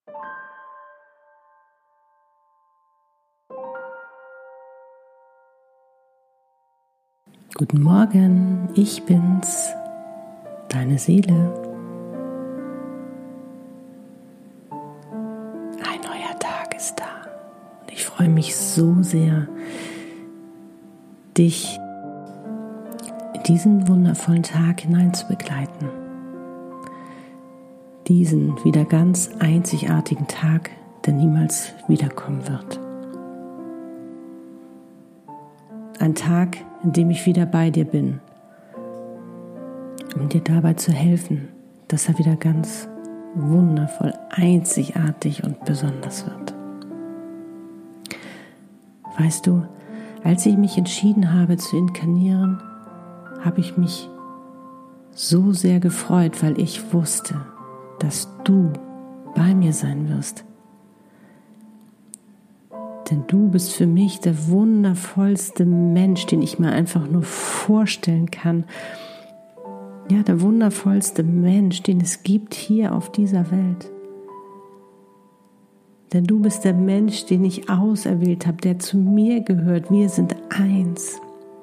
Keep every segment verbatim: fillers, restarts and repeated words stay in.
Guten Morgen, ich bin's, deine Seele. Ein neuer Tag ist da und ich freue mich so sehr, dich in diesen wundervollen Tag hinein zu begleiten. Diesen wieder ganz einzigartigen Tag, der niemals wiederkommen wird. Ein Tag, in dem ich wieder bei dir bin, um dir dabei zu helfen, dass er wieder ganz wundervoll, einzigartig und besonders wird. Weißt du, als ich mich entschieden habe zu inkarnieren, habe ich mich so sehr gefreut, weil ich wusste, dass du bei mir sein wirst. Denn du bist für mich der wundervollste Mensch, den ich mir einfach nur vorstellen kann. Ja, der wundervollste Mensch, den es gibt hier auf dieser Welt. Denn du bist der Mensch, den ich auserwählt habe, der zu mir gehört. Wir sind eins.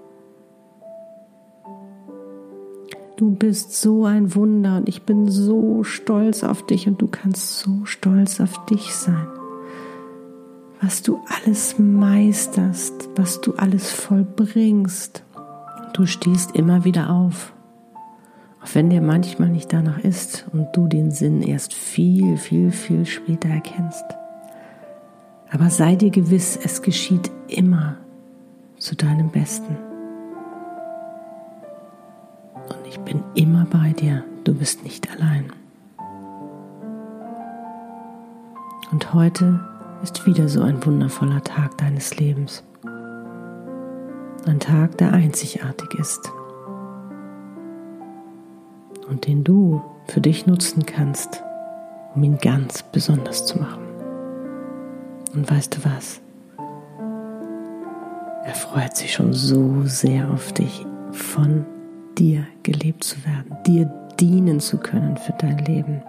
Du bist so ein Wunder und ich bin so stolz auf dich und du kannst so stolz auf dich sein. Was du alles meisterst, was du alles vollbringst. Du stehst immer wieder auf, auch wenn dir manchmal nicht danach ist und du den Sinn erst viel, viel, viel später erkennst. Aber sei dir gewiss, es geschieht immer zu deinem Besten. Und ich bin immer bei dir, du bist nicht allein. Und heute ist wieder so ein wundervoller Tag deines Lebens. Ein Tag, der einzigartig ist und den du für dich nutzen kannst, um ihn ganz besonders zu machen. Und weißt du was? Er freut sich schon so sehr auf dich, von dir gelebt zu werden, dir dienen zu können für dein Leben.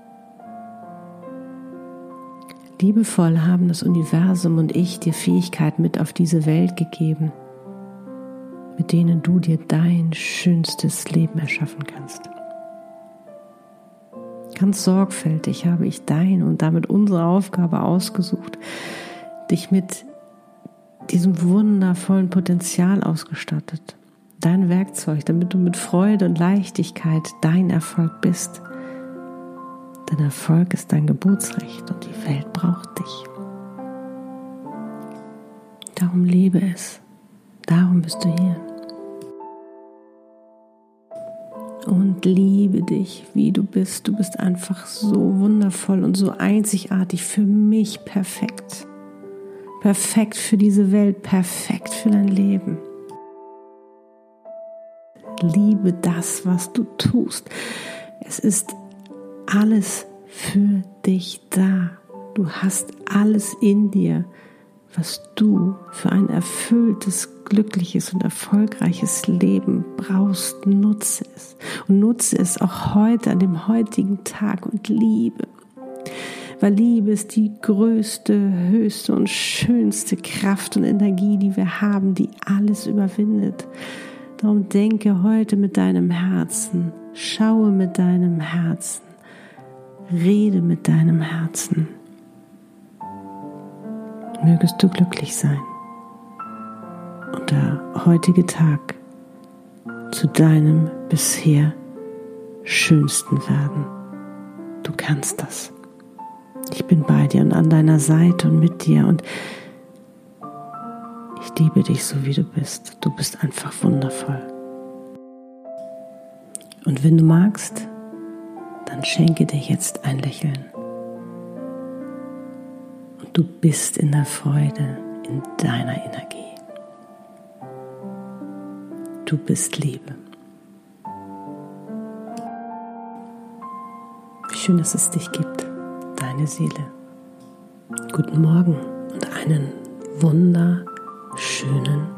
Liebevoll haben das Universum und ich dir Fähigkeiten mit auf diese Welt gegeben, mit denen du dir dein schönstes Leben erschaffen kannst. Ganz sorgfältig habe ich deine und damit unsere Aufgabe ausgesucht, dich mit diesem wundervollen Potenzial ausgestattet, dein Werkzeug, damit du mit Freude und Leichtigkeit dein Erfolg bist. Dein Erfolg ist dein Geburtsrecht und die Welt braucht dich. Darum lebe es. Darum bist du hier. Und liebe dich, wie du bist. Du bist einfach so wundervoll und so einzigartig, für mich perfekt. Perfekt für diese Welt, perfekt für dein Leben. Liebe das, was du tust. Es ist alles für dich da. Du hast alles in dir, was du für ein erfülltes, glückliches und erfolgreiches Leben brauchst. Nutze es. Und nutze es auch heute, an dem heutigen Tag, und liebe. Weil Liebe ist die größte, höchste und schönste Kraft und Energie, die wir haben, die alles überwindet. Darum denke heute mit deinem Herzen, schaue mit deinem Herzen, rede mit deinem Herzen. Mögest du glücklich sein und der heutige Tag zu deinem bisher schönsten werden. Du kannst das. Ich bin bei dir und an deiner Seite und mit dir und ich liebe dich so, wie du bist. Du bist einfach wundervoll. Und wenn du magst, dann schenke dir jetzt ein Lächeln. Und du bist in der Freude, in deiner Energie. Du bist Liebe. Wie schön, dass es dich gibt, deine Seele. Guten Morgen und einen wunderschönen